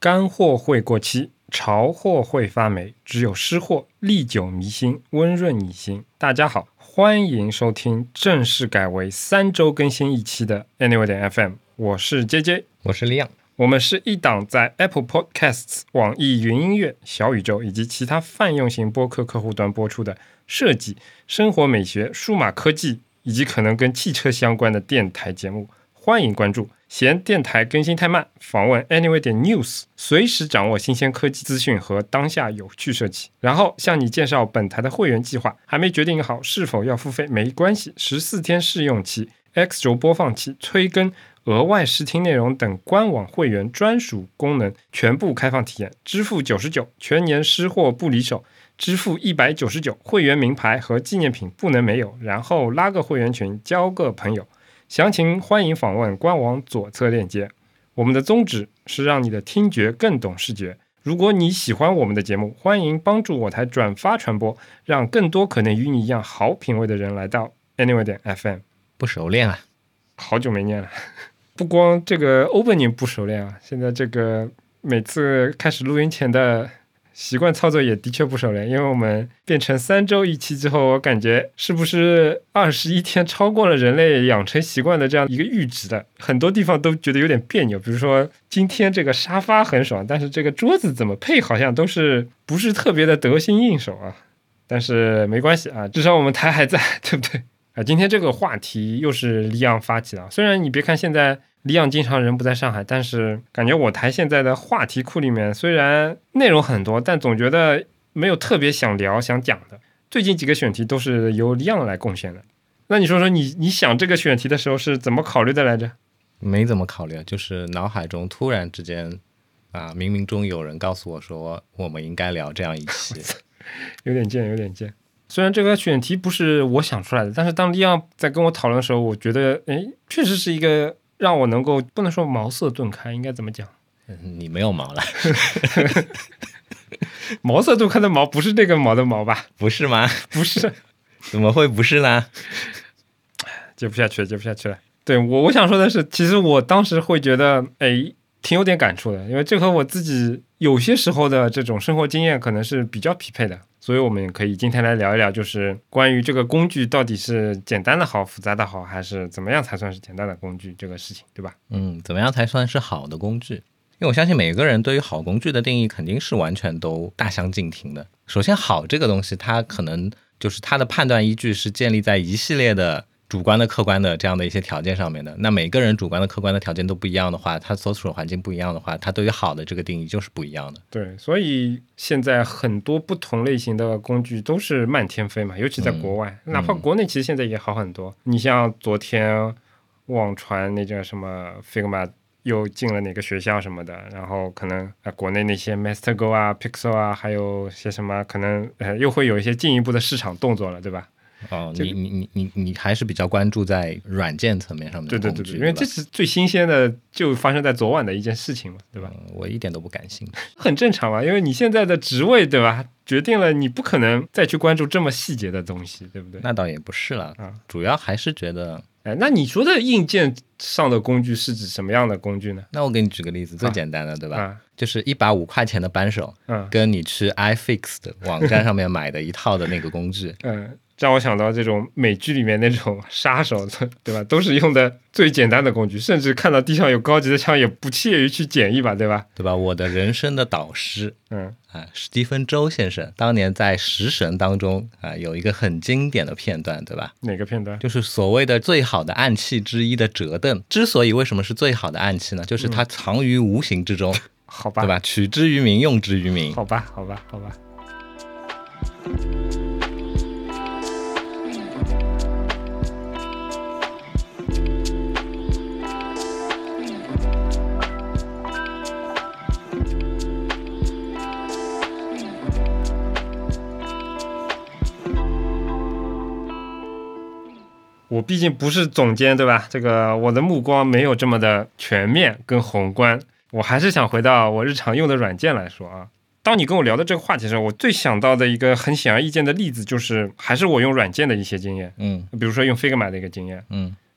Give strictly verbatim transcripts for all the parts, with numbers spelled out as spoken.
干货会过期，潮货会发霉，只有湿货历久弥新，温润你心。大家好，欢迎收听正式改为三周更新一期的 Anyway 点 F M， 我是 J J， 我是李阳。 我们是一档在 Apple Podcasts、网易云音乐、小宇宙以及其他泛用型播客客户端播出的设计、生活美学、数码科技以及可能跟汽车相关的电台节目，欢迎关注。嫌电台更新太慢，访问 Anyway 点 News， 随时掌握新鲜科技资讯和当下有趣设计。然后向你介绍本台的会员计划，还没决定好是否要付费没关系，十四天试用期、X 轴播放器、催更、额外试听内容等官网会员专属功能全部开放体验，支付九十九，全年湿货不离手，支付一百九十九，会员名牌和纪念品不能没有，然后拉个会员群，交个朋友。详情欢迎访问官网左侧链接。我们的宗旨是让你的听觉更懂视觉。如果你喜欢我们的节目，欢迎帮助我台转发传播，让更多可能与你一样好品味的人来到 Anyway 点 F M。 不熟练啊， 好久没念了。不光这个 opening 不熟练啊，现在这个每次开始录音前的习惯操作也的确不熟练，因为我们变成三周一期之后，我感觉是不是二十一天超过了人类养成习惯的这样一个阈值的，很多地方都觉得有点别扭。比如说今天这个沙发很爽，但是这个桌子怎么配好像都是不是特别的得心应手啊。但是没关系啊，至少我们台还在，对不对啊？今天这个话题又是李阳发起的，虽然你别看现在李阳经常人不在上海，但是感觉我台现在的话题库里面虽然内容很多，但总觉得没有特别想聊想讲的。最近几个选题都是由李阳来贡献的。那你说说你你想这个选题的时候是怎么考虑的来着？ 没怎么考虑，就是脑海中突然之间啊，冥冥中有人告诉我说我们应该聊这样一期。 有点贱有点贱。虽然这个选题不是我想出来的，但是当李阳在跟我讨论的时候，我觉得哎，确实是一个让我能够不能说茅塞顿开，应该怎么讲？ 你没有毛了。 茅塞顿开的毛不是那个毛的毛吧？ 不是吗？ 不是。 怎么会不是呢？ 接不下去了接不下去了。对，我我想说的是，其实我当时会觉得哎，挺有点感触的，因为这和我自己有些时候的这种生活经验可能是比较匹配的。所以我们可以今天来聊一聊，就是关于这个工具到底是简单的好复杂的好，还是怎么样才算是简单的工具这个事情，对吧？ 嗯，怎么样才算是好的工具？因为我相信每个人对于好工具的定义肯定是完全都大相径庭的。首先好这个东西，它可能就是它的判断依据是建立在一系列的主观的客观的这样的一些条件上面的。那每个人主观的客观的条件都不一样的话，他所处的环境不一样的话，他对于好的这个定义就是不一样的。 对，所以现在很多不同类型的工具都是漫天飞嘛，尤其在国外、嗯、哪怕国内其实现在也好很多、嗯、你像昨天网传那叫什么 Figma 又进了哪个学校什么的，然后可能、呃、国内那些 MasterGo 啊 Pixel 啊还有些什么可能、呃、又会有一些进一步的市场动作了，对吧？ 哦，你你你你你还是比较关注在软件层面上面的工具。 对对对对，因为这是最新鲜的，就发生在昨晚的一件事情嘛，对吧？ 嗯、我一点都不感兴趣。 很正常嘛，因为你现在的职位，对吧，决定了你不可能再去关注这么细节的东西，对不对？ 那倒也不是了啊，主要还是觉得， 哎，那你说的硬件上的工具是指什么样的工具呢？ 那我给你举个例子，最简单的，啊、对吧？ 啊、 就是一把五块钱的扳手，嗯，跟你去 iFix 的网站上面买的一套的那个工具， 嗯。让我想到这种美剧里面那种杀手，对吧？都是用的最简单的工具，甚至看到地上有高级的枪也不屑于去捡一把，对吧？ 对吧？我的人生的导师， 嗯啊，史蒂芬周先生当年在《食神》当中啊有一个很经典的片段，对吧？ 哪个片段？ 就是所谓的最好的暗器之一的折凳。之所以为什么是最好的暗器呢？就是它藏于无形之中，嗯、 好吧？ 对吧？取之于民，用之于民。 好吧，好吧，好吧。我毕竟不是总监，对吧？这个我的目光没有这么的全面跟宏观，我还是想回到我日常用的软件来说啊。当你跟我聊的这个话题的时候，我最想到的一个很显而易见的例子就是还是我用软件的一些经验， 嗯， 比如说用 Figma 的一个经验， 嗯，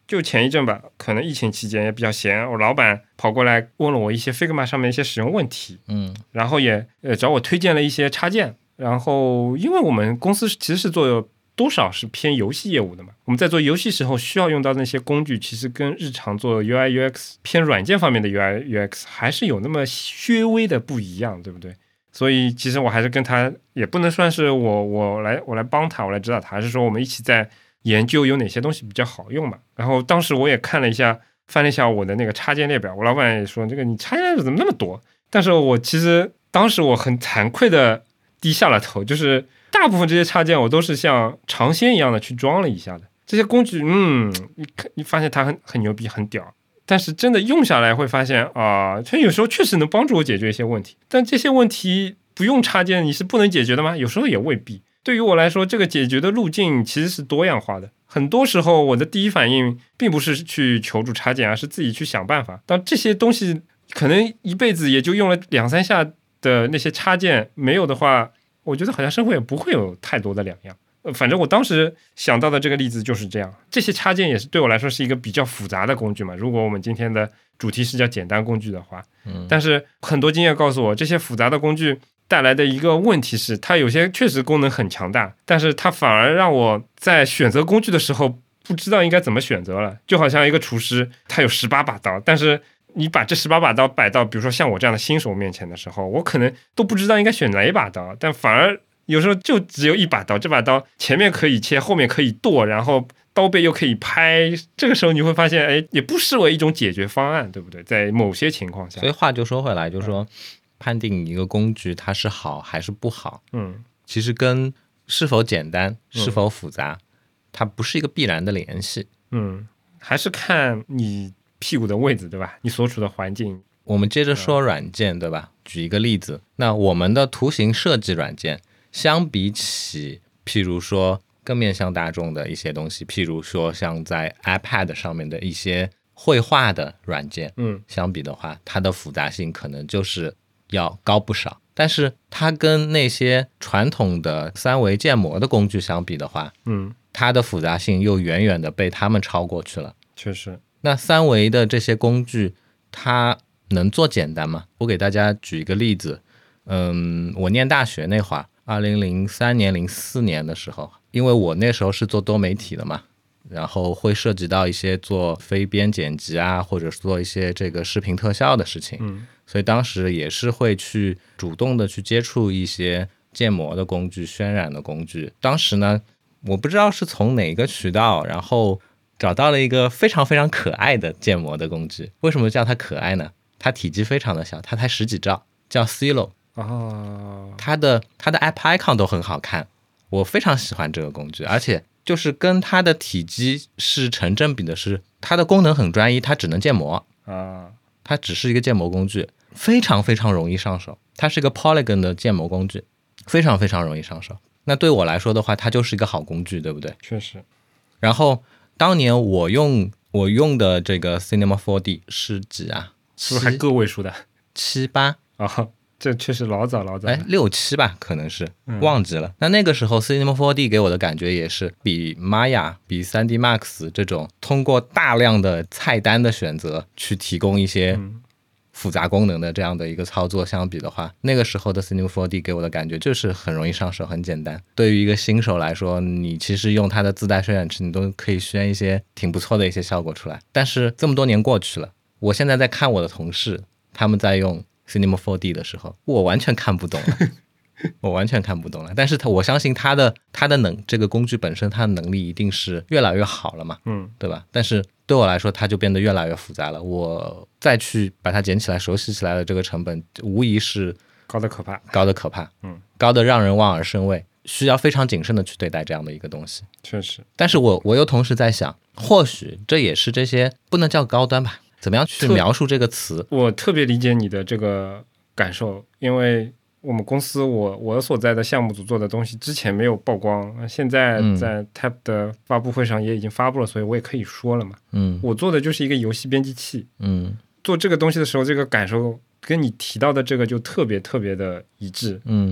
就前一阵吧，可能疫情期间也比较闲，我老板跑过来问了我一些 Figma 上面一些使用问题， 嗯， 然后也呃找我推荐了一些插件。然后因为我们公司其实是做多少是偏游戏业务的嘛，我们在做游戏时候需要用到那些工具，其实跟日常做 U I U X 偏软件方面的 U I U X 还是有那么略微的不一样，对不对？所以其实我还是跟他也不能算是我我来我来帮他我来指导他，还是说我们一起在研究有哪些东西比较好用嘛。然后当时我也看了一下翻了一下我的那个插件列表，我老板也说这个你插件列表怎么那么多，但是我其实当时我很惭愧的低下了头，就是大部分这些插件我都是像尝鲜一样的去装了一下的，这些工具嗯你你发现它很很牛逼很屌，但是真的用下来会发现啊，它有时候确实能帮助我解决一些问题，但这些问题不用插件你是不能解决的吗？有时候也未必。对于我来说，这个解决的路径其实是多样化的，很多时候我的第一反应并不是去求助插件，而是自己去想办法。当这些东西可能一辈子也就用了两三下的那些插件没有的话，我觉得好像生活也不会有太多的两样。反正我当时想到的这个例子就是这样，这些插件也是对我来说是一个比较复杂的工具嘛，如果我们今天的主题是叫简单工具的话， 嗯， 但是很多经验告诉我，这些复杂的工具带来的一个问题是，它有些确实功能很强大，但是它反而让我在选择工具的时候不知道应该怎么选择了。就好像一个厨师，他有十八把刀，但是你把这十八把刀摆到比如说像我这样的新手面前的时候，我可能都不知道应该选哪一把刀，但反而有时候就只有一把刀，这把刀前面可以切，后面可以剁，然后刀背又可以拍，这个时候你会发现，哎，也不失为一种解决方案，对不对？在某些情况下。 所以话就说回来，就是说、嗯、判定一个工具它是好还是不好， 嗯， 其实跟是否简单、是否复杂，嗯、它不是一个必然的联系。 嗯，还是看你屁股的位置，对吧？你所处的环境。 我们接着说软件，对吧？举一个例子，那我们的图形设计软件，相比起譬如说更面向大众的一些东西，譬如说像在 iPad 上面的一些绘画的软件， 嗯， 相比的话，它的复杂性可能就是要高不少。但是它跟那些传统的三维建模的工具相比的话， 嗯， 它的复杂性又远远的被他们超过去了。 确实， 那三维的这些工具，它能做简单吗？我给大家举一个例子，嗯，我念大学那会儿，二零零三年、零四年的时候，因为我那时候是做多媒体的嘛，然后会涉及到一些做飞边剪辑啊，或者做一些这个视频特效的事情， 嗯， 所以当时也是会去主动的去接触一些建模的工具、渲染的工具。当时呢，我不知道是从哪个渠道，然后找到了一个非常非常可爱的建模的工具。为什么叫它可爱呢？它体积非常的小，它才十几兆，叫 Silo。 哦， 它的它的 App Icon 都很好看，我非常喜欢这个工具，而且就是跟它的体积是成正比的是，它的功能很专一，它只能建模啊， 它只是一个建模工具，非常非常容易上手。它是一个 Polygon 的建模工具，非常非常容易上手。那对我来说的话，它就是一个好工具，对不对？ 确实。 然后当年我用我用的这个 Cinema 四 D 是几啊？ 是不是还个位数的？ 七八啊、哦，这确实老早老早。 哎，六七吧，可能是、 嗯、 忘记了。那那个时候 Cinema 四 D 给我的感觉也是比 Maya、比 三 D Max 这种通过大量的菜单的选择去提供一些复杂功能的这样的一个操作相比的话，嗯、那个时候的 Cinema 四 D 给我的感觉就是很容易上手，很简单。对于一个新手来说，你其实用它的自带渲染器，你都可以渲一些挺不错的一些效果出来。但是这么多年过去了，我现在在看我的同事他们在用 Cinema 四 D 的时候，我完全看不懂了我完全看不懂了。但是他我相信他的他的能这个工具本身它的能力一定是越来越好了嘛， 嗯， 对吧？但是对我来说它就变得越来越复杂了，我再去把它捡起来熟悉起来的这个成本无疑是高的可怕， 高的可怕， 嗯， 高的让人望而生畏，需要非常谨慎的去对待这样的一个东西。 确实。 但是我我又同时在想，或许这也是这些不能叫高端吧，怎么样去描述这个词？ 我特别理解你的这个感受，因为我们公司我我所在的项目组做的东西之前没有曝光，现在在 Tab 的发布会上也已经发布了，所以我也可以说了嘛。 嗯， 我做的就是一个游戏编辑器。 嗯， 做这个东西的时候，这个感受跟你提到的这个就特别特别的一致。 嗯，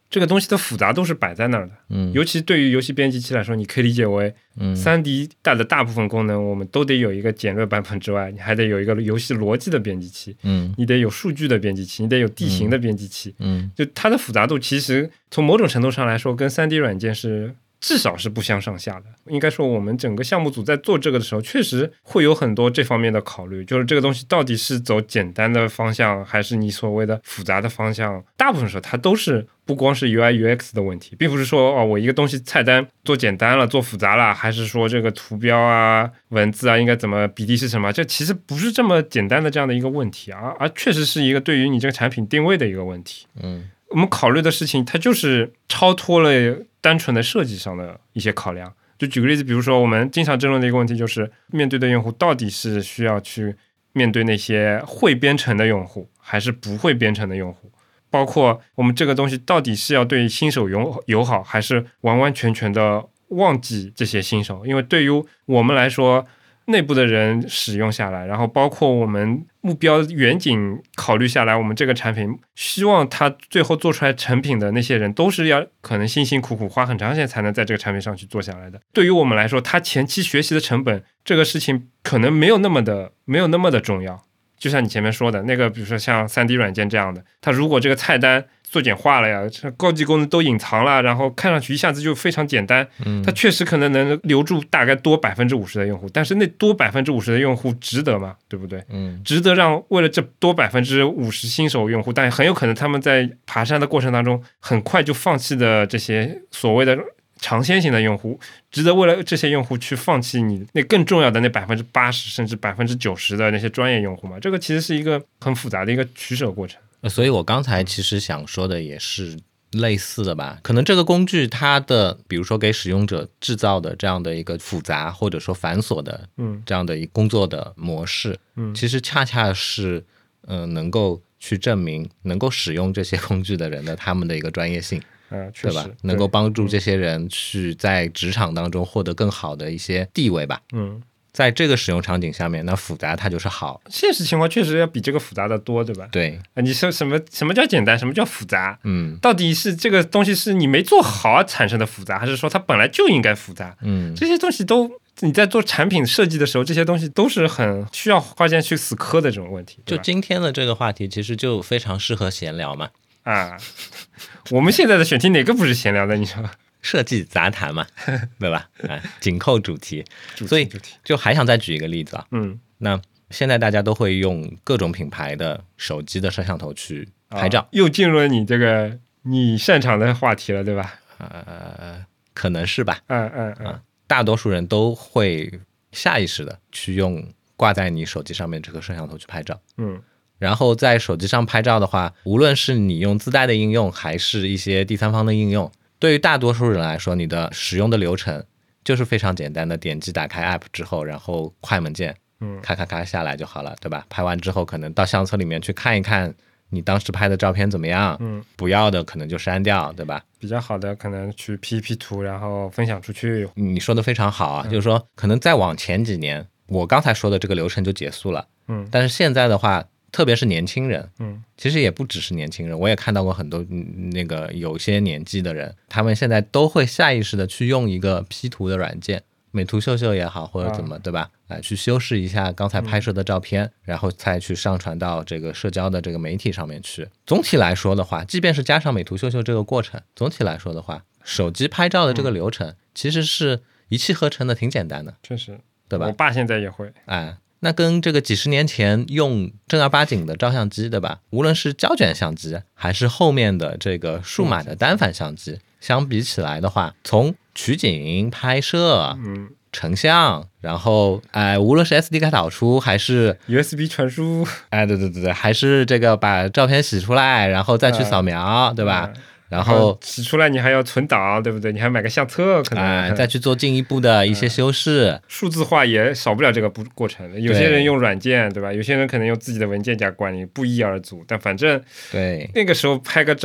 这个东西的复杂度是摆在那儿的。 嗯， 尤其对于游戏编辑器来说，你可以理解为， 嗯三 D 大的大部分功能我们都得有一个简略版本之外，你还得有一个游戏逻辑的编辑器， 嗯， 你得有数据的编辑器，你得有地形的编辑器， 嗯， 就它的复杂度其实从某种程度上来说，跟 三 D 软件是至少是不相上下的。应该说我们整个项目组在做这个的时候，确实会有很多这方面的考虑，就是这个东西到底是走简单的方向，还是你所谓的复杂的方向。大部分时候它都是不光是 U I U X 的问题，并不是说哦，我一个东西菜单做简单了做复杂了，还是说这个图标啊文字啊应该怎么比例是什么，这其实不是这么简单的这样的一个问题啊，而确实是一个对于你这个产品定位的一个问题。 嗯， 我们考虑的事情它就是超脱了单纯的设计上的一些考量。就举个例子，比如说我们经常争论的一个问题就是面对的用户到底是需要去面对那些会编程的用户还是不会编程的用户，包括我们这个东西到底是要对新手友友好还是完完全全的忘记这些新手。因为对于我们来说，内部的人使用下来，然后包括我们目标远景考虑下来，我们这个产品希望它最后做出来成品的那些人都是要可能辛辛苦苦花很长时间才能在这个产品上去做下来的。对于我们来说，它前期学习的成本这个事情可能没有那么的没有那么的重要。就像你前面说的那个，比如说像 三 D 软件这样的，它如果这个菜单做简化了呀，高级功能都隐藏了，然后看上去一下子就非常简单， 嗯， 它确实可能能留住大概多百分之五十的用户，但是那多百分之五十的用户值得吗？对不对？ 嗯， 值得让为了这多百分之五十新手用户，但很有可能他们在爬山的过程当中很快就放弃的这些所谓的尝鲜型的用户，值得为了这些用户去放弃你那更重要的那百分之八十甚至百分之九十的那些专业用户吗？这个其实是一个很复杂的一个取舍过程。 所以我刚才其实想说的也是类似的吧，可能这个工具它的比如说给使用者制造的这样的一个复杂或者说繁琐的这样的一个工作的模式， 嗯， 其实恰恰是嗯、呃、能够去证明能够使用这些工具的人的他们的一个专业性。 呃，确实对吧？能够帮助这些人去在职场当中获得更好的一些地位吧。 嗯， 在这个使用场景下面，那复杂它就是好。 现实情况确实要比这个复杂的多，对吧？ 对， 你说什么什么叫简单，什么叫复杂？ 嗯， 到底是这个东西是你没做好而产生的复杂，还是说它本来就应该复杂？ 嗯， 这些东西都你在做产品设计的时候，这些东西都是很需要花时间去死磕的这种问题。 就今天的这个话题，其实就非常适合闲聊嘛。 啊，我们现在的选题哪个不是闲聊的？你说设计杂谈嘛，对吧？啊，紧扣主题， 主题所以主题就还想再举一个例子啊。 嗯， 那现在大家都会用各种品牌的手机的摄像头去拍照， 啊、又进入了你这个你擅长的话题了，对吧？ 呃，可能是吧。 嗯嗯嗯、 啊，大多数人都会下意识的去用挂在你手机上面这个摄像头去拍照。 嗯。 然后在手机上拍照的话，无论是你用自带的应用，还是一些第三方的应用，对于大多数人来说，你的使用的流程就是非常简单的，点击打开 app 之后，然后快门键， 嗯， 咔咔咔下来就好了，对吧？拍完之后，可能到相册里面去看一看你当时拍的照片怎么样， 嗯， 不要的可能就删掉，对吧？ 比较好的可能去 P 一 P 图，然后分享出去。 你说的非常好啊，嗯、就是说可能再往前几年，我刚才说的这个流程就结束了， 嗯， 但是现在的话。特别是年轻人， 嗯， 其实也不只是年轻人，我也看到过很多那个有些年纪的人，他们现在都会下意识的去用一个 P 图的软件，美图秀秀也好，或者怎么，啊、对吧？啊，去修饰一下刚才拍摄的照片，嗯，然后再去上传到这个社交的这个媒体上面去。总体来说的话，即便是加上美图秀秀这个过程，总体来说的话，手机拍照的这个流程，嗯，其实是一气呵成的，挺简单的。 确实， 对吧？ 我爸现在也会， 哎。那跟这个几十年前用正儿八经的照相机，对吧？无论是胶卷相机还是后面的这个数码的单反相机，相比起来的话，从取景、拍摄、 嗯、 成像，然后哎，无论是 S D 卡导出还是 U S B 传输， 哎，对对对对，还是这个把照片洗出来，然后再去扫描，嗯、对吧？嗯然后洗出来你还要存档，对不对？你还买个相册，可能、 哎、再去做进一步的一些修饰、 嗯、数字化也少不了这个步过程的。有些人用软件，对吧？有些人可能用自己的文件夹管理，不一而足。但反正对那个时候拍个照，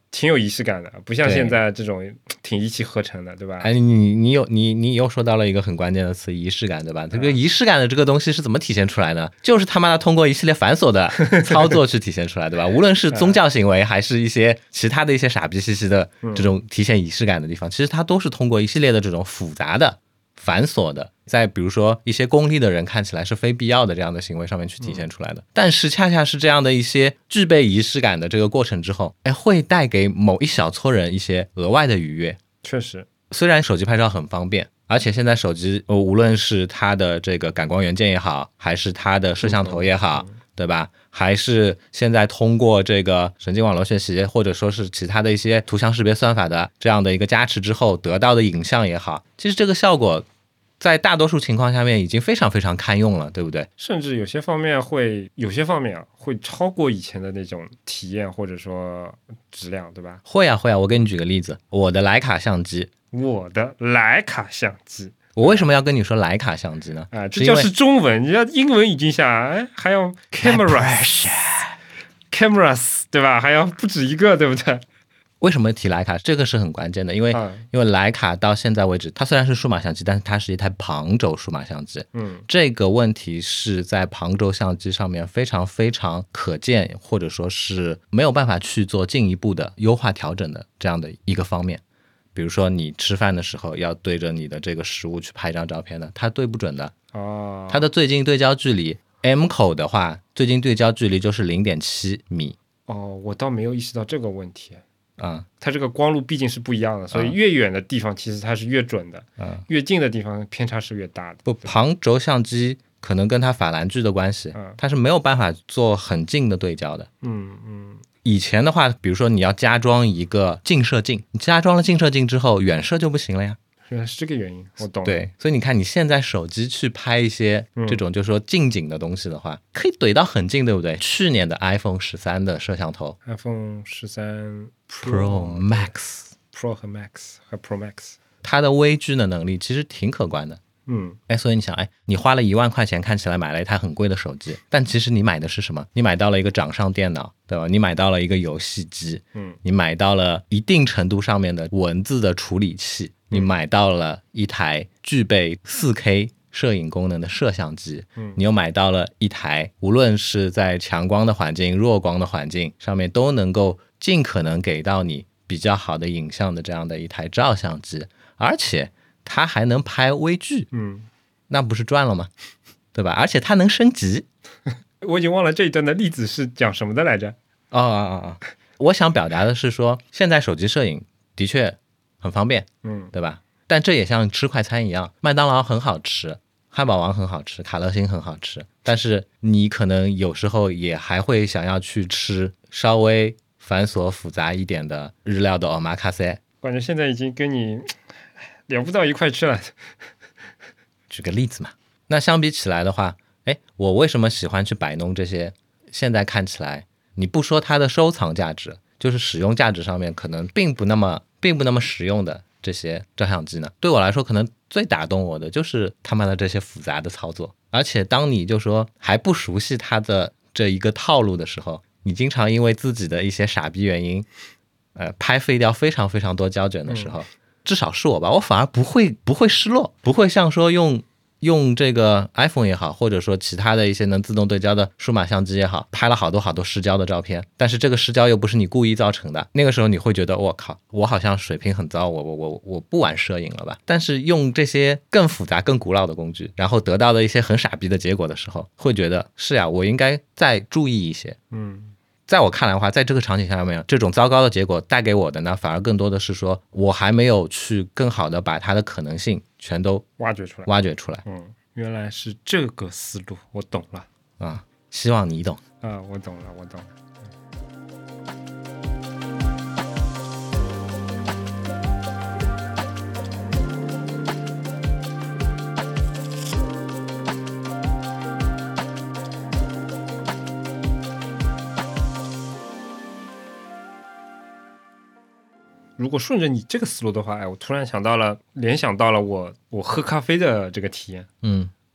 挺有仪式感的，不像现在这种挺一气呵成的，对吧？ 哎，你你有你你又说到了一个很关键的词，仪式感，对吧？这个仪式感的这个东西是怎么体现出来呢？就是他妈的通过一系列繁琐的操作去体现出来，对吧？无论是宗教行为，还是一些其他的一些傻逼兮兮的这种体现仪式感的地方，其实它都是通过一系列的这种复杂的、繁琐的，在比如说一些功利的人看起来是非必要的这样的行为上面去体现出来的。但是恰恰是这样的一些具备仪式感的这个过程之后，哎，会带给某一小撮人一些额外的愉悦。 确实， 虽然手机拍照很方便，而且现在手机无论是它的这个感光元件也好，还是它的摄像头也好，对吧？还是现在通过这个神经网络学习，或者说是其他的一些图像识别算法的这样的一个加持之后得到的影像也好，其实这个效果在大多数情况下面已经非常非常堪用了，对不对？ 甚至有些方面会，有些方面啊会超过以前的那种体验或者说质量，对吧？ 会啊会啊，我给你举个例子，我的徕卡相机， 我的徕卡相机， 我为什么要跟你说徕卡相机呢？ 啊，这就是中文，你要英文语境下，哎，还要 cameras cameras， 对吧？还要不止一个，对不对？ 为什么提徕卡？这个是很关键的，因为、嗯、因为徕卡到现在为止，它虽然是数码相机，但是它是一台旁轴数码相机。 嗯， 这个问题是在旁轴相机上面非常非常可见，或者说是没有办法去做进一步的优化调整的这样的一个方面。比如说你吃饭的时候要对着你的这个食物去拍张照片的，它对不准的。 哦， 它的最近对焦距离 M 口的话，最近对焦距离就是 零点七米。 哦，我倒没有意识到这个问题。 嗯， 它这个光路毕竟是不一样的，所以越远的地方其实它是越准的，嗯，越近的地方偏差是越大的。 不，旁轴相机可能跟它法兰距的关系，嗯，它是没有办法做很近的对焦的。 嗯嗯。 以前的话，比如说你要加装一个近摄镜，你加装了近摄镜之后，远摄就不行了呀。 原来是这个原因，我懂了。 对，所以你看你现在手机去拍一些这种就是说近景的东西的话，嗯、可以怼到很近，对不对？去年的 iPhone 十三的摄像头 ，iPhone 十三 Pro Max、Pro 和 Max 和 Pro Max， 它的微距的能力其实挺可观的。 嗯， 哎，所以你想，哎，你花了一万块钱，看起来买了一台很贵的手机，但其实你买的是什么？你买到了一个掌上电脑，对吧？你买到了一个游戏机， 嗯， 你买到了一定程度上面的文字的处理器，你买到了一台具备 四K 摄影功能的摄像机， 嗯， 你又买到了一台无论是在强光的环境、弱光的环境上面都能够尽可能给到你比较好的影像的这样的一台照相机，而且它还能拍微距， 嗯， 那不是赚了吗？对吧？而且它能升级。 我已经忘了这一段的例子是讲什么的来着。 哦哦哦哦，我想表达的是说，现在手机摄影的确很方便， 嗯， 对吧？但这也像吃快餐一样，麦当劳很好吃，汉堡王很好吃，卡乐星很好吃，但是你可能有时候也还会想要去吃稍微繁琐复杂一点的日料的 omakase。 反正现在已经跟你聊不到一块去了。 举个例子嘛，那相比起来的话，哎，我为什么喜欢去摆弄这些现在看起来你不说它的收藏价值，就是使用价值上面可能并不那么并不那么实用的这些照相机呢？对我来说可能最打动我的就是他妈的这些复杂的操作，而且当你就说还不熟悉它的这一个套路的时候，你经常因为自己的一些傻逼原因呃，拍废掉非常非常多胶卷的时候、嗯、至少是我吧，我反而不会不会失落，不会像说用用这个 iPhone 也好，或者说其他的一些能自动对焦的数码相机也好，拍了好多好多失焦的照片，但是这个失焦又不是你故意造成的，那个时候你会觉得我靠，我好像水平很糟，我我我我不玩摄影了吧？但是用这些更复杂更古老的工具，然后得到的一些很傻逼的结果的时候，会觉得是呀，我应该再注意一些。 嗯。 在我看来的话，在这个场景下面，这种糟糕的结果带给我的呢，反而更多的是说我还没有去更好的把它的可能性全都挖掘出来挖掘出来。 嗯，原来是这个思路，我懂了啊，希望你懂啊，我懂了，我懂了。如果顺着你这个思路的话，哎，我突然想到了，联想到了我我喝咖啡的这个体验。 嗯，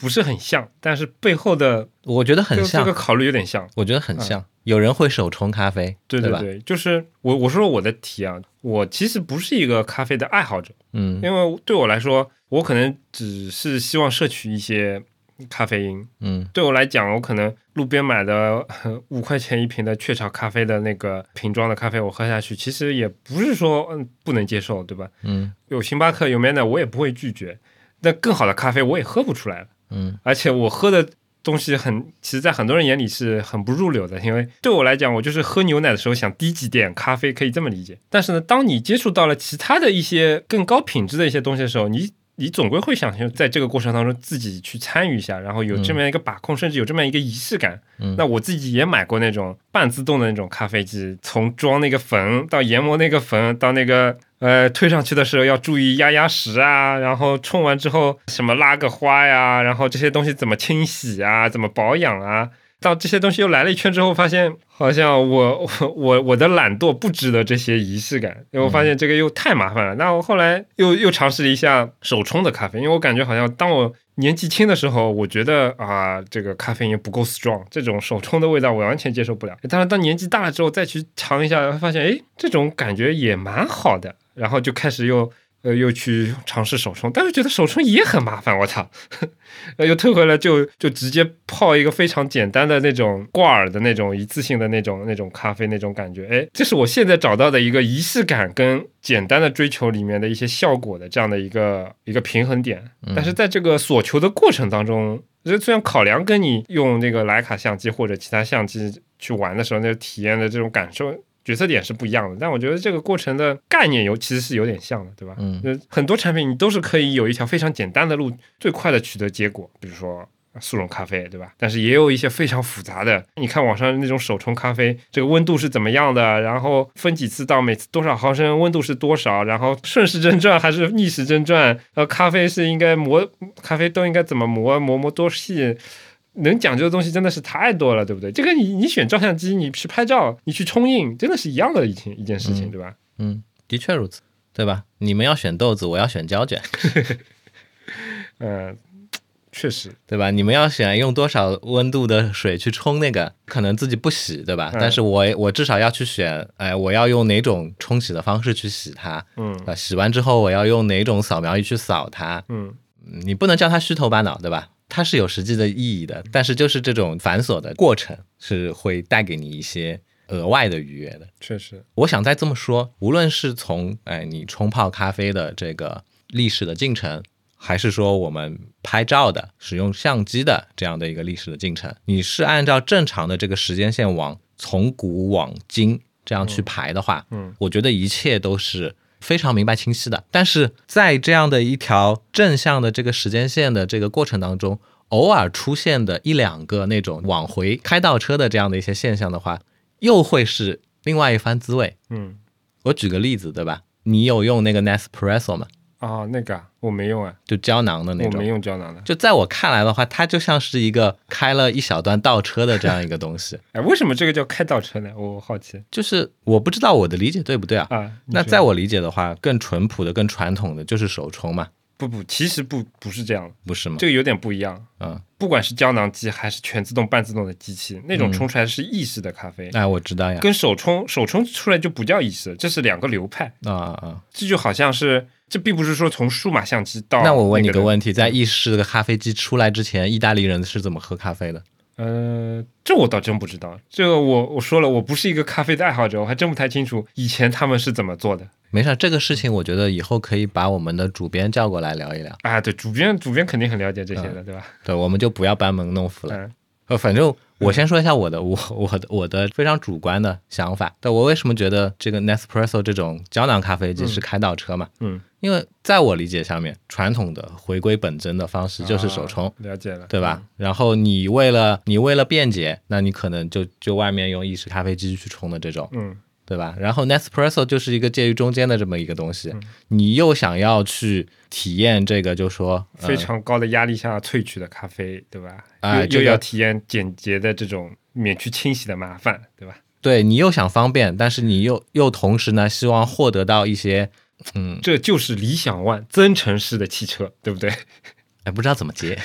不是很像，但是背后的我觉得很像， 这个考虑有点像， 我觉得很像。嗯、有人会手冲咖啡， 对对对，就是我我说我的题啊，我其实不是一个咖啡的爱好者， 嗯， 因为对我来说，我可能只是希望摄取一些咖啡因， 嗯， 对我来讲，我可能路边买的五块钱一瓶的雀巢咖啡的那个瓶装的咖啡，我喝下去，其实也不是说嗯不能接受，对吧？ 嗯， 有星巴克有 Manner 我也不会拒绝，但更好的咖啡我也喝不出来了， 嗯， 而且我喝的东西很，其实在很多人眼里是很不入流的，因为对我来讲，我就是喝牛奶的时候想滴几点咖啡，可以这么理解。但是呢，当你接触到了其他的一些更高品质的一些东西的时候，你你总归会想在这个过程当中自己去参与一下，然后有这么样一个把控，嗯、甚至有这么样一个仪式感。 嗯， 那我自己也买过那种半自动的那种咖啡机，从装那个粉到研磨那个粉到那个。呃，推上去的时候要注意压压实啊，然后冲完之后什么拉个花呀，然后这些东西怎么清洗啊，怎么保养啊，到这些东西又来了一圈之后，发现好像我我我的懒惰不值得这些仪式感，因为我发现这个又太麻烦了。嗯、那我后来又又尝试了一下手冲的咖啡，因为我感觉好像当我年纪轻的时候，我觉得啊，这个咖啡因不够 strong， 这种手冲的味道我完全接受不了。当然，当年纪大了之后再去尝一下，发现哎，这种感觉也蛮好的。然后就开始又呃又去尝试手冲，但是觉得手冲也很麻烦，我操，又退回来就就直接泡一个非常简单的那种挂耳的那种一次性的那种那种咖啡那种感觉，哎，这是我现在找到的一个仪式感跟简单的追求里面的一些效果的这样的一个一个平衡点。但是在这个所求的过程当中，这虽然考量跟你用那个徕卡相机或者其他相机去玩的时候那个体验的这种感受。决策点是不一样的，但我觉得这个过程的概念有其实是有点像的，对吧？ 嗯， 很多产品你都是可以有一条非常简单的路，最快的取得结果，比如说速溶咖啡，对吧？但是也有一些非常复杂的，你看网上那种手冲咖啡，这个温度是怎么样的，然后分几次倒，每次多少毫升，温度是多少，然后顺时针转还是逆时针转，呃，咖啡是应该磨，咖啡豆应该怎么磨，磨磨多细。能讲究的东西真的是太多了，对不对？这个你你选照相机，你去拍照，你去冲印，真的是一样的一件一件事情， 嗯、 对吧？ 嗯，的确如此，对吧？你们要选豆子，我要选胶卷。 嗯，确实， 对吧？你们要选用多少温度的水去冲那个，可能自己不洗，对吧？嗯、但是我我至少要去选，哎，我要用哪种冲洗的方式去洗它， 嗯， 啊，洗完之后我要用哪种扫描仪去扫它， 嗯， 你不能叫它虚头巴脑，对吧？它是有实际的意义的，但是就是这种繁琐的过程是会带给你一些额外的愉悦的。 确实， 我想再这么说，无论是从哎你冲泡咖啡的这个历史的进程，还是说我们拍照的使用相机的这样的一个历史的进程，你是按照正常的这个时间线往从古往今这样去排的话， 嗯，嗯我觉得一切都是非常明白清晰的。但是在这样的一条正向的这个时间线的这个过程当中，偶尔出现的一两个那种往回开倒车的这样的一些现象的话，又会是另外一番滋味。 嗯， 我举个例子，对吧？你有用那个 Nespresso 吗？ 啊，那个我没用啊， 就胶囊的那种。 我没用胶囊的。 就在我看来的话，它就像是一个开了一小段倒车的这样一个东西。 哎，为什么这个叫开倒车呢？我好奇。 就是我不知道我的理解对不对啊？ 啊， 那在我理解的话，更淳朴的、更传统的就是手冲嘛。 不不，其实不不是这样， 不是吗？ 这个有点不一样。 嗯， 不管是胶囊机还是全自动、半自动的机器，那种冲出来是意式的咖啡。 哎、嗯，我知道呀。 跟手冲，手冲出来就不叫意式，这是两个流派。 啊啊！ 这就好像是，这并不是说从数码相机到、那个。那我问你个问题，在意式的咖啡机出来之前，意大利人是怎么喝咖啡的？ 呃，这我倒真不知道。这个我我说了，我不是一个咖啡的爱好者，我还真不太清楚以前他们是怎么做的。 没事，这个事情我觉得以后可以把我们的主编叫过来聊一聊。 啊，对，主编主编肯定很了解这些的，嗯、对吧？ 对，我们就不要班门弄斧了。 嗯、 呃，反正我先说一下我的，我我的我的非常主观的想法。对，我为什么觉得这个 Nespresso 这种胶囊咖啡机是开倒车嘛？ 嗯， 因为在我理解下面，传统的回归本真的方式就是手冲， 啊、了解了， 对吧？嗯、然后你为了你为了便捷，那你可能就就外面用意式咖啡机去冲的这种， 嗯。 对吧？然后 Nespresso 就是一个介于中间的这么一个东西，嗯、你又想要去体验这个，就说、 呃、非常高的压力下萃取的咖啡，对吧？ 啊、 又，又要体验简洁的这种免去清洗的麻烦，对吧？ 对，你又想方便，但是你又又同时呢，希望获得到一些，嗯， 这就是理想 ONE 增程式的汽车，对不对？ 哎，不知道怎么接。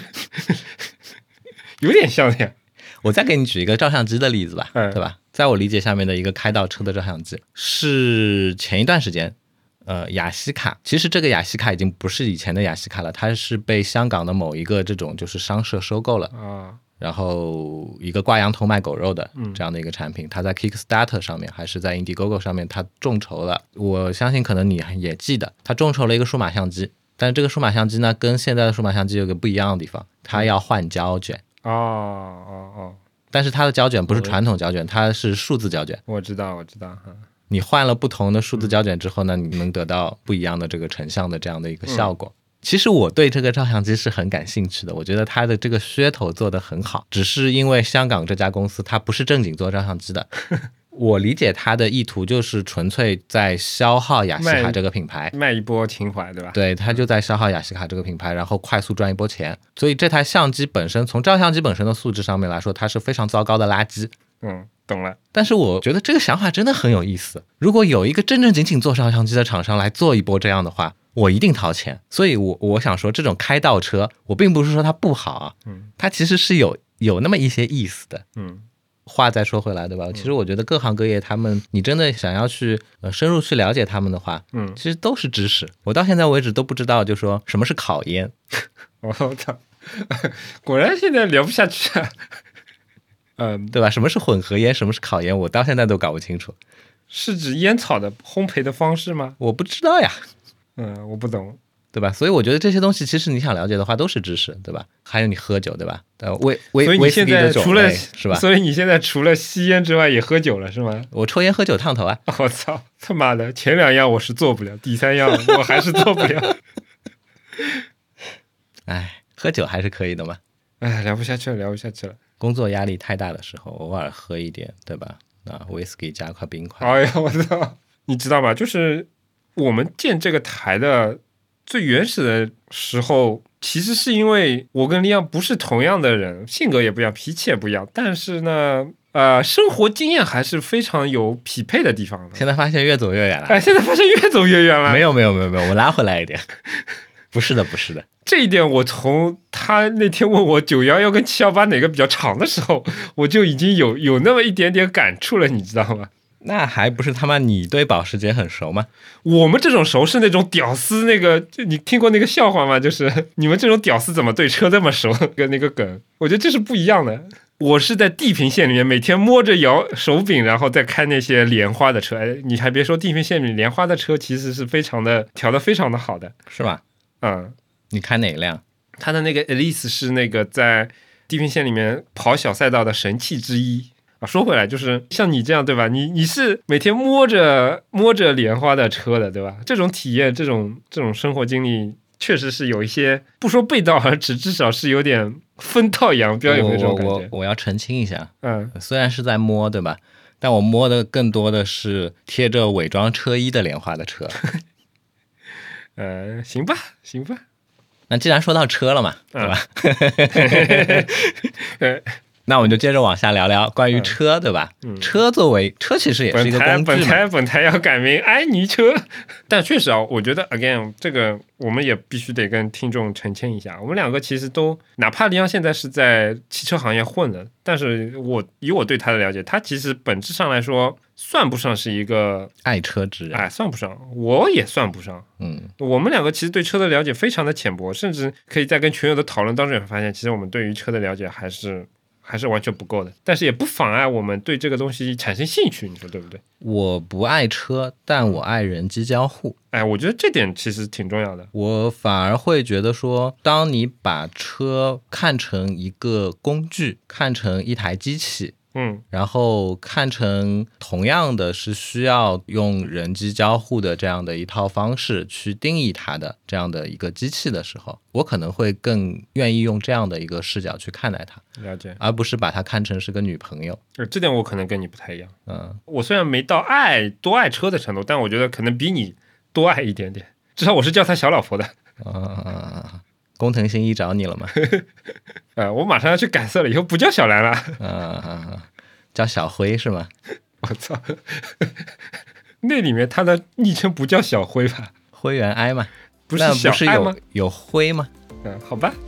有点像的呀。 我再给你举一个照相机的例子吧， 嗯、 对吧？在我理解下面的一个开倒车的照相机，是前一段时间，呃，雅西卡。其实这个雅西卡已经不是以前的雅西卡了，它是被香港的某一个这种就是商社收购了啊。 然后一个挂羊头卖狗肉的嗯这样的一个产品，它在 Kickstarter 上面还是在 Indiegogo 上面，它众筹了。我相信可能你也记得，它众筹了一个数码相机，但是这个数码相机呢，跟现在的数码相机有个不一样的地方，它要换胶卷。 哦哦哦！ 但是它的胶卷不是传统胶卷，它是数字胶卷。 我知道，我知道。 你换了不同的数字胶卷之后呢，你能得到不一样的这个成像的这样的一个效果。嗯，其实我对这个照相机是很感兴趣的，我觉得它的这个噱头做得很好，只是因为香港这家公司它不是正经做照相机的。我理解它的意图就是纯粹在消耗雅西卡这个品牌， 卖一波情怀，对吧？ 对，它就在消耗雅西卡这个品牌，然后快速赚一波钱。所以这台相机本身，从照相机本身的素质上面来说，它是非常糟糕的垃圾。 嗯，懂了。 但是我觉得这个想法真的很有意思，如果有一个正正经经做照相机的厂商来做一波这样的话，我一定掏钱。所以我我想说，这种开倒车，我并不是说它不好啊，嗯，它其实是有有那么一些意思的。 嗯， 话再说回来，对吧？其实我觉得各行各业，他们你真的想要去呃深入去了解他们的话，嗯，其实都是知识。我到现在为止都不知道，就说什么是烤烟。 我操，果然现在聊不下去啊。 嗯，对吧？什么是混合烟，什么是烤烟，我到现在都搞不清楚。 是指烟草的烘焙的方式吗？ 我不知道呀。 嗯，我不懂， 对吧？所以我觉得这些东西其实你想了解的话都是知识，对吧？还有你喝酒，对吧？呃，威威所以你现在除了是吧？ 所以你现在除了吸烟之外也喝酒了是吗？ 我抽烟喝酒烫头啊！ 我操，他妈的，前两样我是做不了，第三样我还是做不了。 哎，喝酒还是可以的嘛。 哎，聊不下去了，聊不下去了。 工作压力太大的时候，偶尔喝一点，对吧？啊，威士忌加块冰块。 哎呀，我操！你知道吗？就是我们建这个台的最原始的时候，其实是因为我跟利昂不是同样的人，性格也不一样，脾气也不一样，但是呢，呃，生活经验还是非常有匹配的地方的。 现在发现越走越远了。 哎，现在发现越走越远了。 没有没有没有没有，我拉回来一点。不是的，不是的。 这一点我从他那天问我九一一跟七一八哪个比较长的时候，我就已经有有那么一点点感触了，你知道吗？ 那还不是他妈你对保时捷很熟吗？ 我们这种熟是那种屌丝，那个你听过那个笑话吗？就是你们这种屌丝怎么对车这么熟？跟那个梗，我觉得这是不一样的。我是在地平线里面每天摸着摇手柄，然后再开那些莲花的车。哎，你还别说，地平线里莲花的车其实是非常的调得非常的好的， 是吧？ 嗯， 你开哪一辆？ 他的那个 Elise 是那个在地平线里面跑小赛道的神器之一啊。说回来，就是像你这样，对吧？你你是每天摸着摸着莲花的车的，对吧？这种体验，这种这种生活经历，确实是有一些不说背道而驰，至少是有点分道扬镳，有没有这种感觉？ 我我我要澄清一下， 嗯， 虽然是在摸，对吧？但我摸的更多的是贴着伪装车衣的莲花的车。 呃，行吧，行吧。 那既然说到车了嘛， 嗯、 对吧？那我们就接着往下聊聊关于车，嗯、对吧？嗯、车作为车其实也是一个工具嘛。 本台本台要改名安妮车，但确实啊，我觉得 again 这个我们也必须得跟听众澄清一下，我们两个其实都，哪怕李阳现在是在汽车行业混的，但是我以我对他的了解，他其实本质上来说算不上是一个爱车之人， 哎，算不上，我也算不上。嗯，我们两个其实对车的了解非常的浅薄，甚至可以在跟群友的讨论当中也发现，其实我们对于车的了解还是。还是完全不够的，但是也不妨碍我们对这个东西产生兴趣，你说对不对？ 我不爱车，但我爱人机交互。 哎，我觉得这点其实挺重要的。 我反而会觉得说，当你把车看成一个工具，看成一台机器，嗯，然后看成同样的是需要用人机交互的这样的一套方式去定义它的这样的一个机器的时候，我可能会更愿意用这样的一个视角去看待它， 了解， 而不是把它看成是个女朋友。 这点我可能跟你不太一样。嗯，我虽然没到爱多爱车的程度，但我觉得可能比你多爱一点点，至少我是叫她小老婆的。 啊，工藤新一找你了吗？ 呃，我马上要去改色了，以后不叫小兰了。 啊啊，叫小辉是吗？ 我操，那里面他的昵称不叫小辉吧？ 灰原哀嘛， 不是小哀吗？ 有有灰吗？ 嗯，好吧。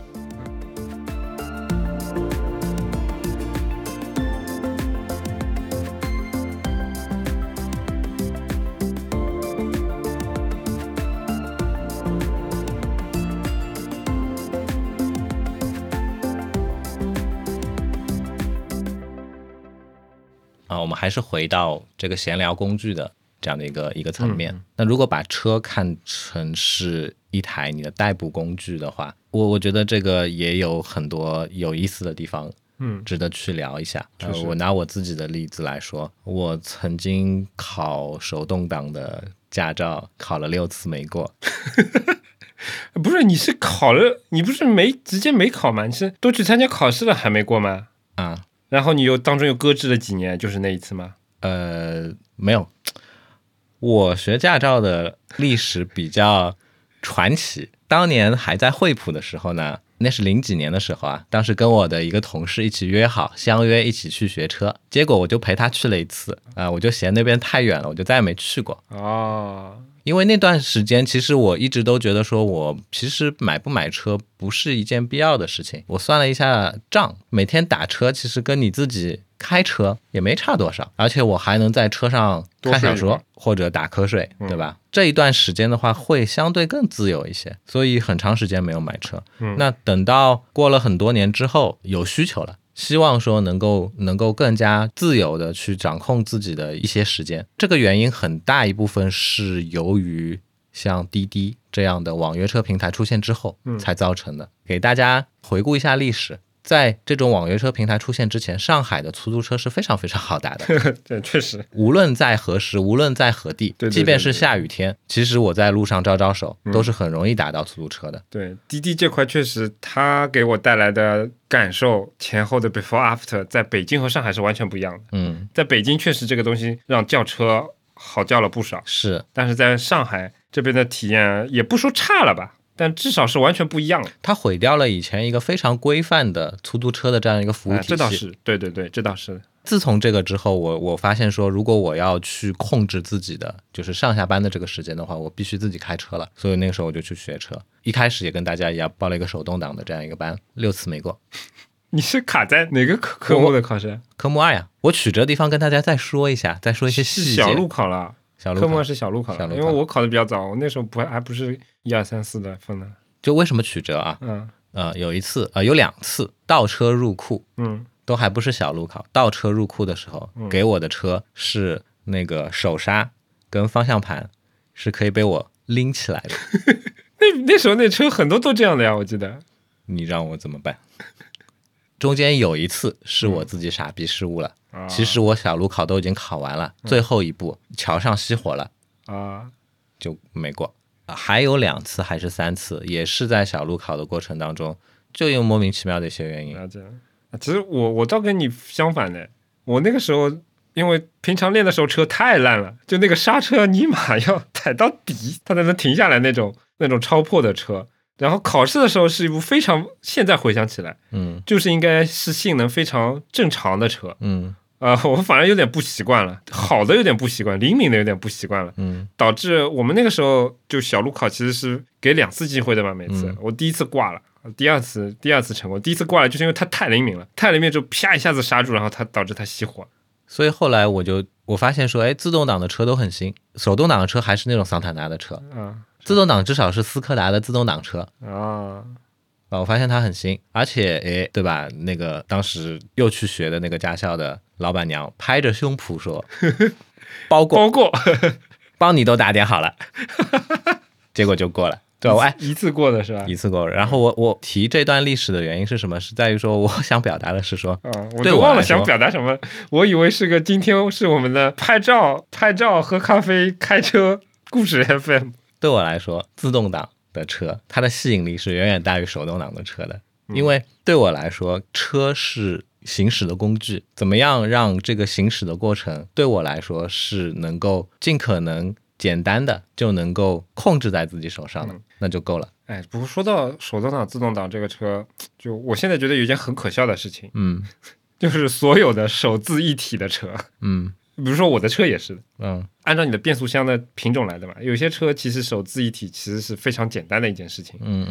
啊，我们还是回到这个闲聊工具的这样的一个一个层面。 嗯、 那如果把车看成是一台你的代步工具的话，我我觉得这个也有很多有意思的地方， 嗯， 值得去聊一下。 呃、 我拿我自己的例子来说，我曾经考手动挡的驾照，考了六次没过。 不是，你是考了，你不是没直接没考吗？你是都去参加考试了还没过吗？ 啊。 然后你又当中又搁置了几年，就是那一次吗？ 呃，没有，我学驾照的历史比较传奇。当年还在惠普的时候呢，那是零几年的时候啊，当时跟我的一个同事一起约好，相约一起去学车，结果我就陪他去了一次啊、呃，我就嫌那边太远了，我就再也没去过。 哦。 因为那段时间，其实我一直都觉得说，我其实买不买车不是一件必要的事情。我算了一下账，每天打车其实跟你自己开车也没差多少，而且我还能在车上看小说或者打瞌睡，对吧？嗯、这一段时间的话，会相对更自由一些，所以很长时间没有买车。 嗯、 那等到过了很多年之后，有需求了。希望说能够能够更加自由的去掌控自己的一些时间，这个原因很大一部分是由于像滴滴这样的网约车平台出现之后才造成的。嗯、给大家回顾一下历史，在这种网约车平台出现之前，上海的出租车是非常非常好打的。 对，确实， 无论在何时，无论在何地， 对对对对对， 即便是下雨天，其实我在路上招招手，嗯、都是很容易打到出租车的。 对，滴滴这块确实，它给我带来的感受前后的 before after， 在北京和上海是完全不一样的。 嗯， 在北京确实这个东西让叫车好叫了不少， 是， 但是在上海这边的体验也不说差了吧。但至少是完全不一样的， 它毁掉了以前一个非常规范的出租车的这样一个服务体系。 哎、这倒是，对对对，这倒是。 自从这个之后，我我发现说，如果我要去控制自己的就是上下班的这个时间的话，我必须自己开车了。所以那个时候我就去学车，一开始也跟大家一样报了一个手动挡的这样一个班，六次没过。 你是卡在哪个科科目的考试？ 科目二呀。我曲折的地方跟大家再说一下，再说一些细节。 小路考了。 小路科目二是小路考了， 路考因为我考的比较早，我那时候不还不是一二三四的分呢。 就为什么曲折啊？ 嗯， 呃，有一次，呃，有两次倒车入库， 嗯， 都还不是小路考，倒车入库的时候， 嗯、 给我的车是那个手刹跟方向盘是可以被我拎起来的。 那那时候那车很多都这样的呀，我记得。 你让我怎么办？中间有一次是我自己傻逼失误了。 嗯、 其实我小路考都已经考完了，嗯、最后一步桥上熄火了啊， 就没过。还有两次还是三次，也是在小路考的过程当中，就因为莫名其妙的一些原因。 其实我我倒跟你相反的，我那个时候因为平常练的时候车太烂了，就那个刹车尼玛要踩到底，它才能停下来那种那种超破的车。然后考试的时候是一部非常，现在回想起来， 嗯， 就是应该是性能非常正常的车， 嗯， 啊、呃，我反而有点不习惯了，好的有点不习惯，灵敏的有点不习惯了， 嗯， 导致我们那个时候就小路考其实是给两次机会的嘛，每次、 嗯、 我第一次挂了，第二次第二次成功，第一次挂了就是因为它太灵敏了，太灵敏就啪一下子刹住，然后它导致它熄火。 所以后来我就我发现说，哎，自动挡的车都很新，手动挡的车还是那种桑塔纳的车， 嗯。 自动挡至少是斯柯达的自动挡车啊， 我发现它很新，而且诶，对吧？那个当时又去学的那个驾校的老板娘拍着胸脯说：“包过， 包过， 帮你都打点好了。”结果就过了，对吧？ 一次过的是吧？ 一次过。然后我我提这段历史的原因是什么？是在于说，我想表达的是说， 啊，我都忘了想表达什么。我以为是个今天是我们的拍照、拍照、喝咖啡、开车故事 F M。 对我来说，自动挡的车它的吸引力是远远大于手动挡的车的，因为对我来说，车是行驶的工具，怎么样让这个行驶的过程对我来说是能够尽可能简单的就能够控制在自己手上的，嗯、那就够了。 哎，不过说到手动挡、自动挡这个车，就我现在觉得有一件很可笑的事情， 嗯， 就是所有的手自一体的车， 嗯。 比如说我的车也是的， 嗯， 按照你的变速箱的品种来的嘛。有些车其实手自一体其实是非常简单的一件事情， 嗯嗯。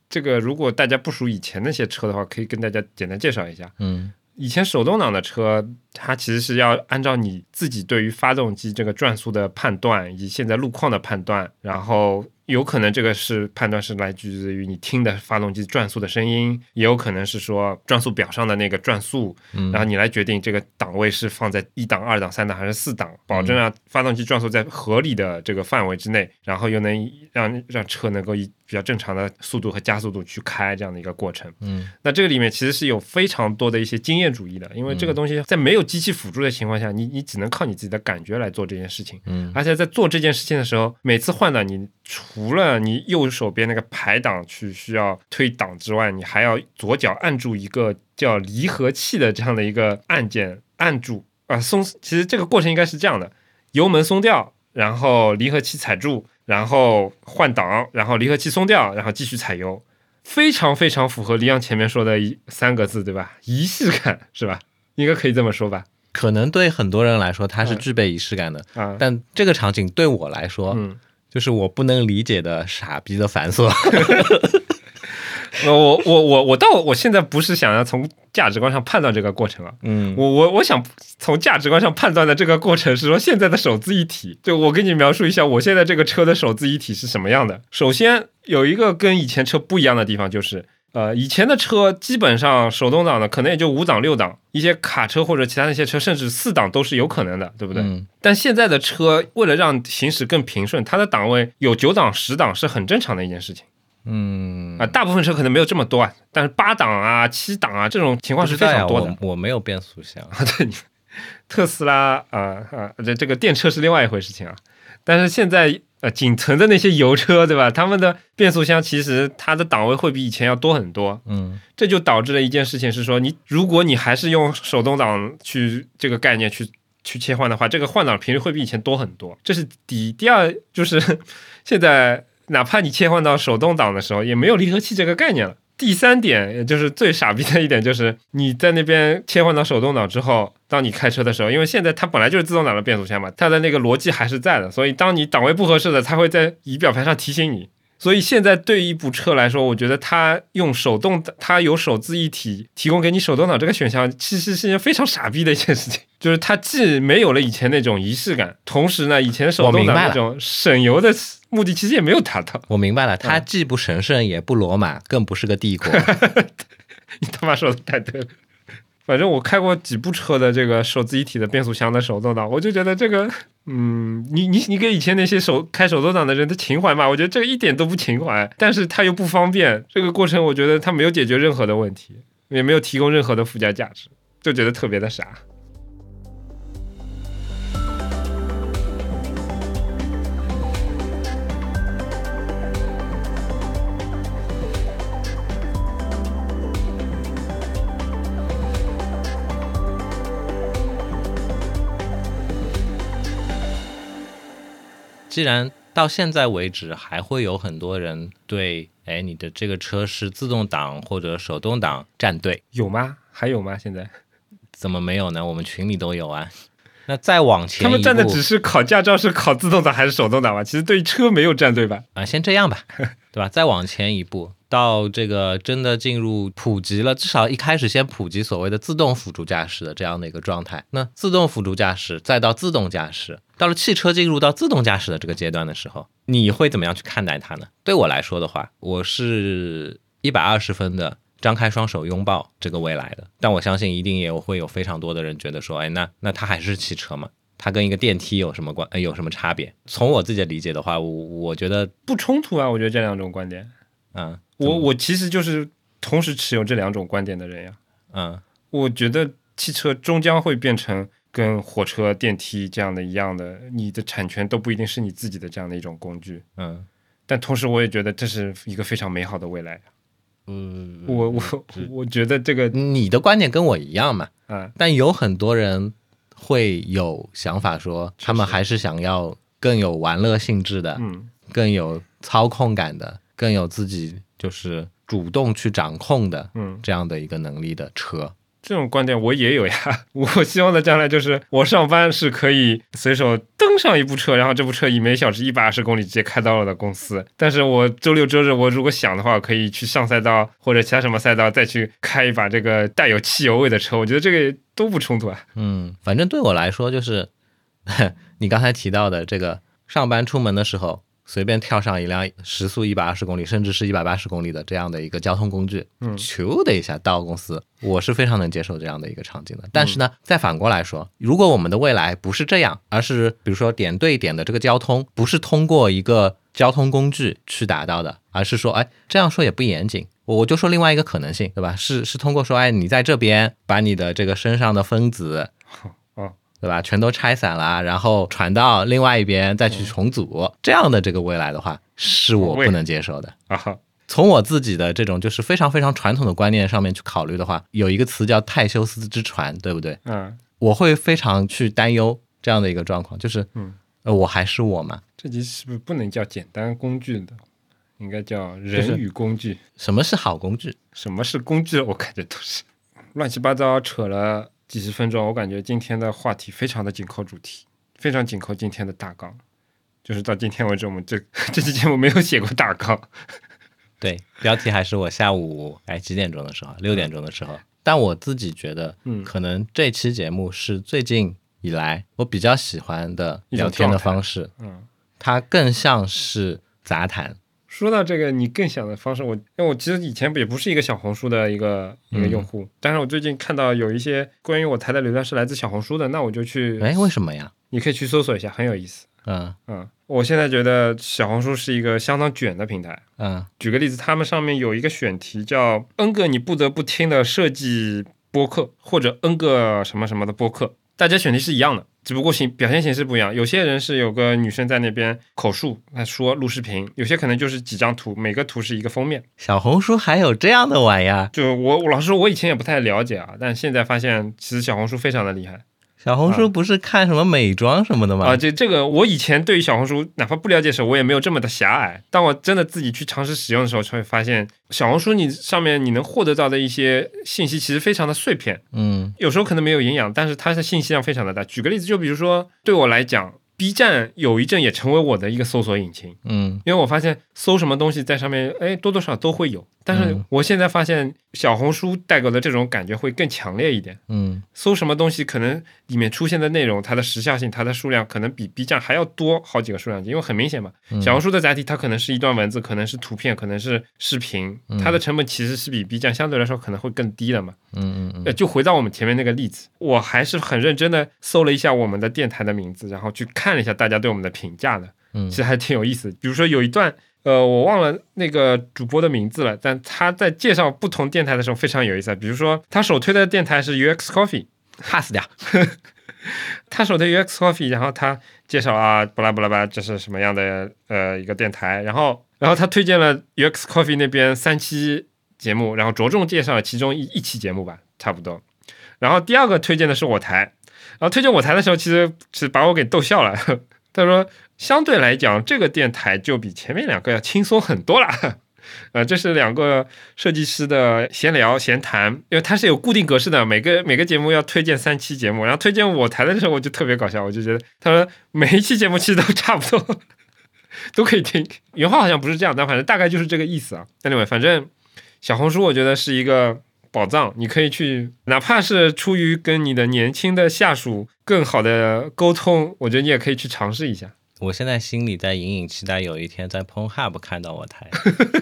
这个如果大家不熟以前那些车的话，可以跟大家简单介绍一下。 嗯， 以前手动挡的车，它其实是要按照你自己对于发动机这个转速的判断，以及现在路况的判断，然后有可能这个是判断是来自于你听的发动机转速的声音，也有可能是说转速表上的那个转速， 嗯、 然后你来决定这个档位是放在一档、二档、三档还是四档，保证让发动机转速在合理的这个范围之内，然后又能让让车能够以比较正常的速度和加速度去开这样的一个过程。 嗯， 那这个里面其实是有非常多的一些经验主义的，因为这个东西在没有机器辅助的情况下，你你只能靠你自己的感觉来做这件事情。 嗯， 而且在做这件事情的时候，每次换挡，你除了你右手边那个排档去需要推档之外，你还要左脚按住一个叫离合器的这样的一个按键，按住啊松。其实这个过程应该是这样的：油门松掉，然后离合器踩住，然后换挡，然后离合器松掉，然后继续踩油。非常非常符合李阳前面说的一三个字，对吧？仪式感，是吧？应该可以这么说吧。 可能对很多人来说它是具备仪式感的、 嗯、 但这个场景对我来说、嗯、就是我不能理解的傻逼的繁琐。 我我我我倒我现在不是想要从价值观上判断这个过程啊， 嗯， 我我我想从价值观上判断的这个过程是说现在的手自一体，就我给你描述一下我现在这个车的手自一体是什么样的。首先有一个跟以前车不一样的地方就是，呃，以前的车基本上手动挡的可能也就五档六档，一些卡车或者其他那些车甚至四档都是有可能的，对不对？ 嗯、 但现在的车为了让行驶更平顺，它的档位有九档十档是很正常的一件事情。 嗯啊，大部分车可能没有这么多啊，但是八档啊、七档啊这种情况是非常多的。 我, 我没有变速箱啊，对，特斯拉啊啊，这这个电车是另外一回事情啊。但是现在呃，仅存的那些油车，对吧？他们的变速箱其实它的档位会比以前要多很多。 嗯， 这就导致了一件事情是说，你如果你还是用手动挡去这个概念去去切换的话，这个换挡频率会比以前多很多。这是第一。第二就是现在。哪怕你切换到手动挡的时候，也没有离合器这个概念了。第三点，也就是最傻逼的一点，就是你在那边切换到手动挡之后，当你开车的时候，因为现在它本来就是自动挡的变速箱嘛，它的那个逻辑还是在的，所以当你档位不合适的，它会在仪表盘上提醒你。所以现在对于一部车来说，我觉得它用手动，它有手自一体提供给你手动挡这个选项，其实是一件非常傻逼的一件事情。就是它既没有了以前那种仪式感，同时呢，以前手动挡那种省油的目的其实也没有达到。 我明白了，它既不神圣，也不罗马，更不是个帝国。 你他妈说的太对了。反正我开过几部车的这个手自一体的变速箱的手动挡，我就觉得这个，嗯，你你你给以前那些手开手动挡的人的情怀嘛，我觉得这个一点都不情怀，但是它又不方便，这个过程我觉得它没有解决任何的问题，也没有提供任何的附加价值，就觉得特别的傻。 既然到现在为止还会有很多人对哎你的这个车是自动挡或者手动挡站队， 有吗？还有吗？现在怎么没有呢？我们群里都有啊。那再往前一步， 他们站的只是考驾照是考自动挡还是手动挡吧？其实对车没有站队吧？ 啊，先这样吧，对吧？再往前一步，到这个真的进入普及了，至少一开始先普及所谓的自动辅助驾驶的这样的一个状态。那自动辅助驾驶再到自动驾驶，到了汽车进入到自动驾驶的这个阶段的时候，你会怎么样去看待它呢？对我来说的话，我是一百二十分的张开双手拥抱这个未来的，但我相信一定也会有非常多的人觉得说，哎，那那它还是汽车嘛，它跟一个电梯有什么关、呃、有什么差别？从我自己的理解的话，我我觉得不冲突啊，我觉得这两种观点， 嗯， 我我其实就是同时持有这两种观点的人呀， 嗯， 我觉得汽车终将会变成跟火车、电梯这样的一样的，你的产权都不一定是你自己的这样的一种工具， 嗯， 但同时我也觉得这是一个非常美好的未来。 嗯， 我我我觉得这个你的观点跟我一样嘛， 啊， 但有很多人会有想法说，他们还是想要更有玩乐性质的， 嗯， 更有操控感的，更有自己就是主动去掌控的， 嗯， 这样的一个能力的车。 这种观点我也有呀。我希望的将来就是我上班是可以随手登上一部车，然后这部车以每小时一百二十公里直接开到了我的公司。但是我周六周日我如果想的话，我可以去上赛道或者其他什么赛道再去开一把这个带有汽油味的车，我觉得这个都不冲突啊。 嗯，反正对我来说就是你刚才提到的这个上班出门的时候随便跳上一辆时速一百二十公里甚至是一百八十公里的这样的一个交通工具，嗯，咻的一下到公司，我是非常能接受这样的一个场景的。但是呢，再反过来说，如果我们的未来不是这样，而是比如说点对点的这个交通不是通过一个交通工具去达到的，而是说，哎，这样说也不严谨，我就说另外一个可能性，对吧？是是通过说，哎，你在这边把你的这个身上的分子对吧？全都拆散了，然后传到另外一边再去重组，嗯、这样的这个未来的话，是我不能接受的。 啊、 从我自己的这种就是非常非常传统的观念上面去考虑的话，有一个词叫泰修斯之船，对不对？ 嗯， 我会非常去担忧这样的一个状况，就是， 嗯， 呃，我还是我嘛。 这集是不是不能叫简单工具的？应该叫人与工具。 就是、什么是好工具？ 什么是工具？我感觉都是乱七八糟扯了几十分钟，我感觉今天的话题非常的紧扣主题，非常紧扣今天的大纲。就是到今天为止，我们这这期节目没有写过大纲。 对，标题还是我下午哎几点钟的时候，六点钟的时候。但我自己觉得，嗯，可能这期节目是最近以来我比较喜欢的聊天的方式。嗯，它更像是杂谈。 说到这个你更想的方式，我因为我其实以前也不是一个小红书的一个一个用户，嗯、但是我最近看到有一些关于我台的流量是来自小红书的，那我就去。 哎，为什么呀？ 你可以去搜索一下，很有意思。 嗯嗯，我现在觉得小红书是一个相当卷的平台。 嗯， 举个例子，他们上面有一个选题叫 N 个你不得不听的设计播客，或者 N 个什么什么的播客，大家选题是一样的，只不过形表现形式不一样。有些人是有个女生在那边口述来说录视频，有些可能就是几张图，每个图是一个封面。 小红书还有这样的玩意儿？ 就我我老实说，我以前也不太了解啊，但现在发现其实小红书非常的厉害。 小红书不是看什么美妆什么的吗？ 啊，这这个我以前对于小红书哪怕不了解的时候，我也没有这么的狭隘。当我真的自己去尝试使用的时候，就会发现小红书你上面你能获得到的一些信息其实非常的碎片， 嗯， 有时候可能没有营养，但是它的信息量非常的大。举个例子，就比如说对我来讲，B 站有一阵也成为我的一个搜索引擎， 嗯， 因为我发现搜什么东西在上面，哎，多多少少都会有。但是我现在发现小红书带给的这种感觉会更强烈一点， 嗯， 搜什么东西可能里面出现的内容，它的时效性、它的数量可能比 B 站还要多好几个数量级，因为很明显嘛，小红书的载体它可能是一段文字，可能是图片，可能是视频，它的成本其实是比 B 站相对来说可能会更低的嘛。 嗯嗯嗯。 就回到我们前面那个例子，我还是很认真的搜了一下我们的电台的名字，然后去看了一下大家对我们的评价的，其实还挺有意思的。比如说有一段。呃，我忘了那个主播的名字了，但他在介绍不同电台的时候非常有意思。比如说，他首推的电台是 U X Coffee，pass 掉。他首推 U X Coffee， 然后他介绍啊，巴拉巴拉巴拉，这是什么样的呃一个电台，然后然后他推荐了 U X Coffee 那边三期节目，然后着重介绍了其中一一期节目吧，差不多。然后第二个推荐的是我台，然后推荐我台的时候，其实是把我给逗笑了。他说。相对来讲，这个电台就比前面两个要轻松很多啦。呃，这是两个设计师的闲聊闲谈，因为它是有固定格式的，每个每个节目要推荐三期节目，然后推荐我台的时候我就特别搞笑，我就觉得他说每一期节目其实都差不多，都可以听。原话好像不是这样，但反正大概就是这个意思啊。Anyway， 反正小红书我觉得是一个宝藏，你可以去，哪怕是出于跟你的年轻的下属更好的沟通，我觉得你也可以去尝试一下。 我现在心里在隐隐期待有一天在 Pornhub 看到我台。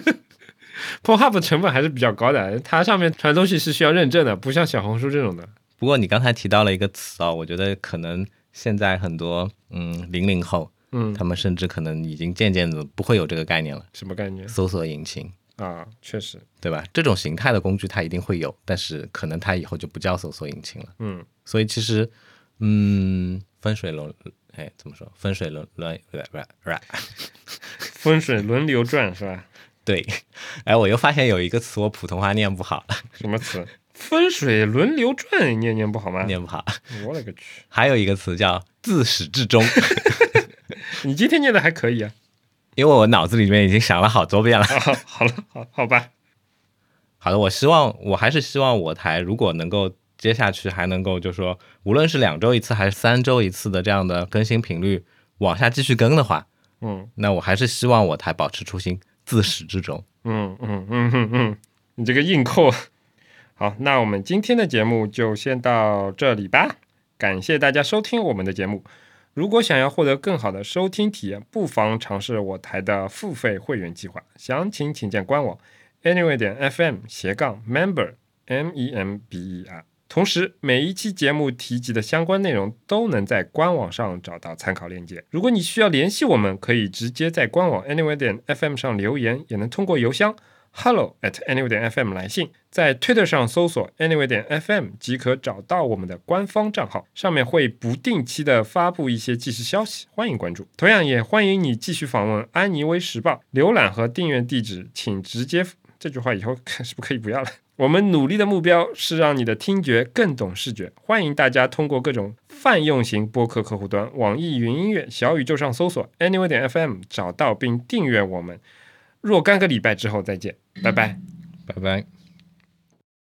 Pornhub 的成本还是比较高的，它上面传东西是需要认证的，不像小红书这种的。 不过你刚才提到了一个词哦，我觉得可能现在很多嗯零零后，嗯，他们甚至可能已经渐渐的不会有这个概念了。 什么概念？ 搜索引擎啊，确实， 对吧？这种形态的工具它一定会有，但是可能它以后就不叫搜索引擎了。 嗯， 所以其实嗯分水轮。哎，怎么说？分水轮轮不不不， 分水轮流转是吧？ 对。哎，我又发现有一个词我普通话念不好了。 什么词？分水轮流转，念念不好吗？ 念不好。 我勒个去！ 还有一个词叫自始至终。 你今天念的还可以啊， 因为我脑子里面已经想了好多遍了。 哦、好了，好，好吧。 好的，我希望，我还是希望我台如果能够接下去还能够就说无论是两周一次还是三周一次的这样的更新频率往下继续更的话， 嗯， 那我还是希望我台保持初心，自始至终。 嗯嗯嗯嗯嗯，你这个硬扣。好，那我们今天的节目就先到这里吧，感谢大家收听我们的节目。如果想要获得更好的收听体验，不妨尝试我台的付费会员计划，详情请见官网 anyway 点 fm 斜杠 member M E M B E R。同时，每一期节目提及的相关内容都能在官网上找到参考链接。如果你需要联系我们，可以直接在官网 anyway 点 fm 上留言，也能通过邮箱 hello at anyway 点 fm 来信。在 Twitter 上搜索 anyway 点 fm 即可找到我们的官方账号，上面会不定期的发布一些即时消息，欢迎关注。同样也欢迎你继续访问安妮微时报，浏览和订阅地址请直接，这句话以后是不是可以不要了？我们努力的目标是让你的听觉更懂视觉，欢迎大家通过各种泛用型播客客户端、网易云音乐、小宇宙上搜索 anyway 点 fm 找到并订阅我们。若干个礼拜之后再见，拜拜， 拜拜。